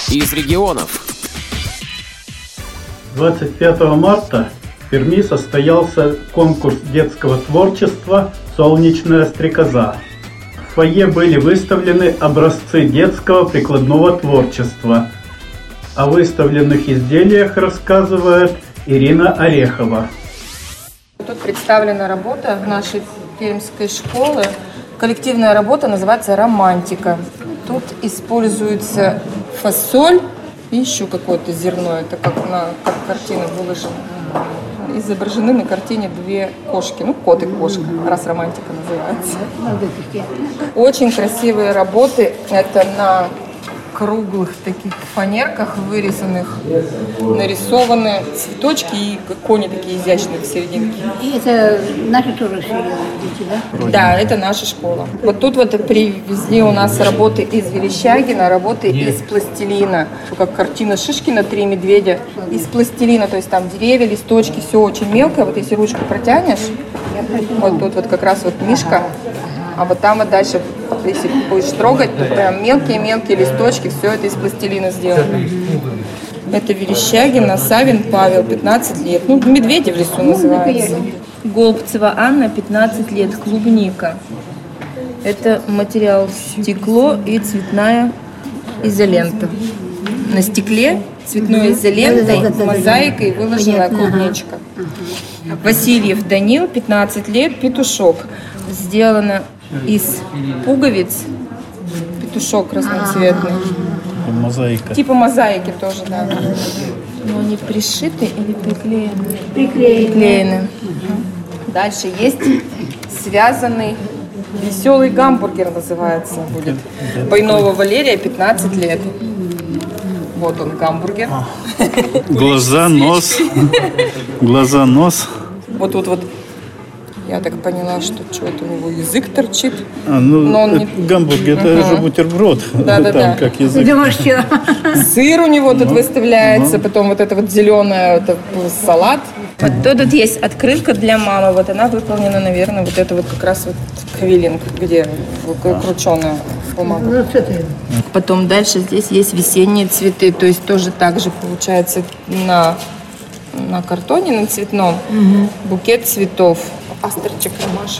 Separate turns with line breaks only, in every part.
из регионов.
25 марта в Перми состоялся конкурс детского творчества «Солнечная стрекоза». В фойе были выставлены образцы детского прикладного творчества. О выставленных изделиях рассказывает Ирина Орехова.
Тут представлена работа нашей пермской школы. Коллективная работа называется «Романтика». Тут используется фасоль и еще какое-то зерно. Это как картина выложена. Изображены на картине две кошки. Кот и кошка, раз романтика называется. Очень красивые работы. Это на круглых таких фанерках вырезанных, нарисованы цветочки и кони такие изящные в серединке.
И это наши тоже дети, да?
Да, это наша школа. Вот тут привезли у нас работы из Верещагина, работы из пластилина. Как картина Шишкина «Три медведя» из пластилина. То есть там деревья, листочки, все очень мелкое. Вот если ручку протянешь, вот тут вот как раз вот мишка. А вот там вот дальше, если будешь трогать, то прям мелкие-мелкие листочки, все это из пластилина сделано. Это Верещагина, Савин Павел, 15 лет. «Медведи в лесу» называется. Голубцева Анна, 15 лет, клубника. Это материал стекло и цветная изолента. На стекле цветной изолентой, мозаикой выложена клубничка. Васильев Данил, 15 лет, петушок. Сделано из пуговиц, петушок разноцветный.
Мозаика.
Типа мозаики тоже, да. Но они пришиты или приклеены?
Приклеены.
Дальше есть связанный веселый гамбургер называется будет. Бойного Валерия, 15 лет. Вот он, гамбургер.
Глаза, нос. Глаза, нос.
Вот тут вот. Я так поняла, что что-то у него язык торчит. Но он не...
Гамбургер, это же бутерброд.
Да.
Как язык.
Думаешь, что?
Сыр у него тут выставляется, потом вот это вот зеленое, это салат. Вот тут есть открытка для мамы, вот она выполнена, наверное, вот это вот как раз вот квиллинг, где крученая бумага. Потом дальше здесь есть весенние цветы, то есть тоже так же получается на картоне, на цветном, букет цветов. Астерчик, ромашек.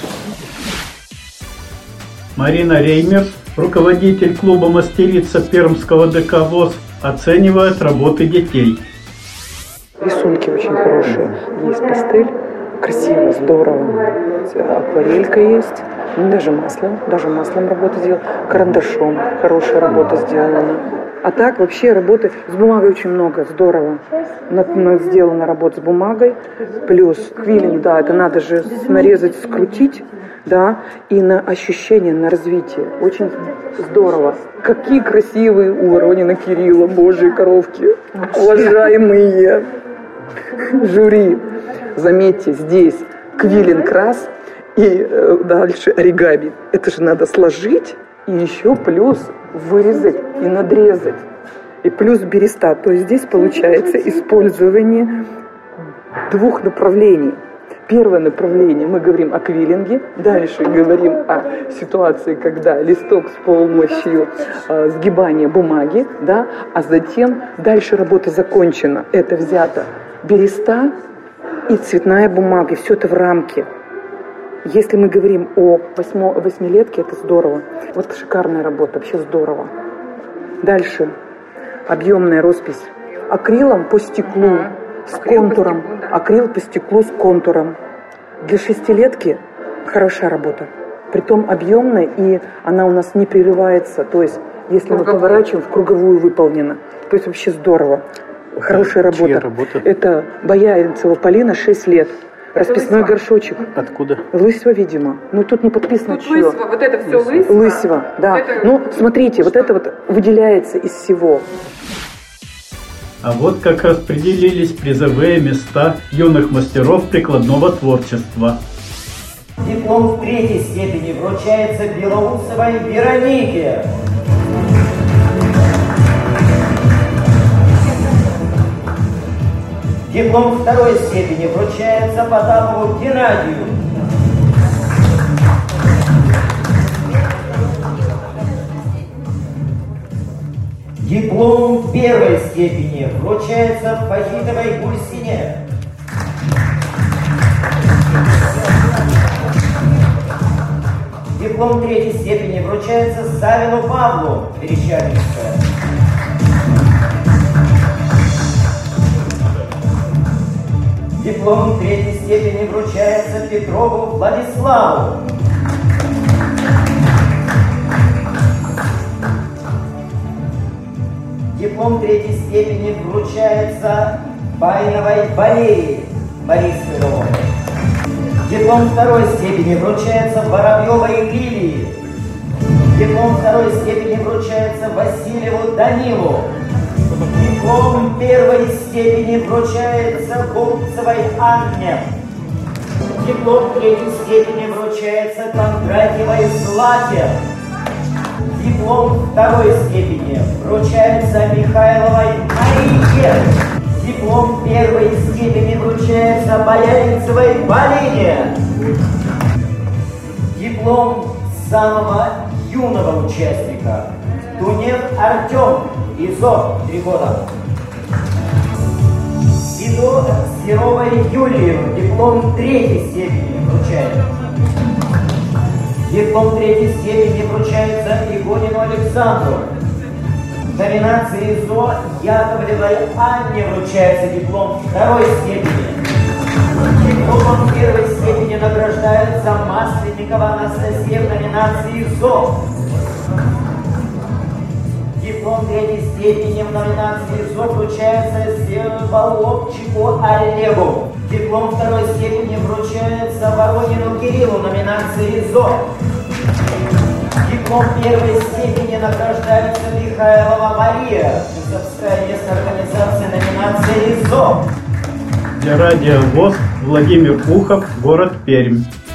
Марина Реймер, руководитель клуба «Мастерица» Пермского ДК ВОС, оценивает работы детей.
Рисунки очень хорошие. Есть пастель, красиво, здорово. Акварелька есть. Даже маслом работа сделана. Карандашом хорошая работа сделана. А так вообще работы с бумагой очень много, здорово. Сделана работа с бумагой. Плюс квиллинг, да, это надо же нарезать, скрутить, да, и на ощущение, на развитие. Очень здорово. Какие красивые у Воронина Кирилла, божьи коровки. Уважаемые жюри, заметьте, здесь квиллинг раз и дальше оригами. Это же надо сложить и еще плюс вырезать и надрезать. И плюс береста. То есть здесь получается использование двух направлений. Первое направление мы говорим о квиллинге, дальше говорим о ситуации, когда листок с помощью сгибания бумаги, да, а затем дальше работа закончена. Это взято береста и цветная бумага, и все это в рамке. Если мы говорим о восьмилетке, это здорово. Вот шикарная работа, вообще здорово. Дальше объемная роспись акрилом по стеклу с контуром. Акрил по стеклу с контуром. Для шестилетки хорошая работа. Притом объемная, и она у нас не прерывается. То есть, если мы поворачиваем, в круговую выполнена. То есть, вообще здорово. Хорошая работа.
Чья работа?
Это Бояринцева Полина, 6 лет. Расписной горшочек.
Откуда?
Лысьва, видимо. Ну, тут не подписано,
Тут Лысьва, вот это все Лысьва.
Лысьва, да. Ну, смотрите, вот это вот выделяется из всего.
А вот как распределились призовые места юных мастеров прикладного творчества.
Диплом в 3-й степени вручается Белоусовой Веронике. Диплом 2-й степени вручается Потапову Геннадию. Диплом первой степени вручается Фахитовой Гульсине. Диплом третьей степени вручается Савину Павлу, Верещагинская. Диплом третьей степени вручается Петрову Владиславу. Диплом третьей степени вручается Байновой Валерии, Борисовой. Диплом второй степени вручается Воробьевой Лилии. Диплом второй степени вручается Васильеву Данилу. Диплом первой степени вручается Голубцевой Анне. Диплом третьей степени вручается Кондратьевой Злате. Диплом второй степени вручается Михайловой Марии. Диплом первой степени вручается Бояринцевой Полине. Диплом самого юного участника Тунев Артем, ИЗО 3 года. Серовой Юлии диплом третьей степени вручает. Диплом третьей степени вручается Игонину Александру. В номинации ИЗО Яковлевой Анне вручается диплом второй степени. Дипломом первой степени награждается Масленникова Анастасия в номинации ИЗО. Диплом третьей степени в номинации ИЗО вручается Зеволобчику Олегу. Диплом второй степени вручается Воронину Кириллу в номинации ИЗО. Диплом первой степени награждается Михайлова Мария, Чусовская местная организация, номинация ИЗО.
Для радио ВОС Владимир Ухов, город Пермь.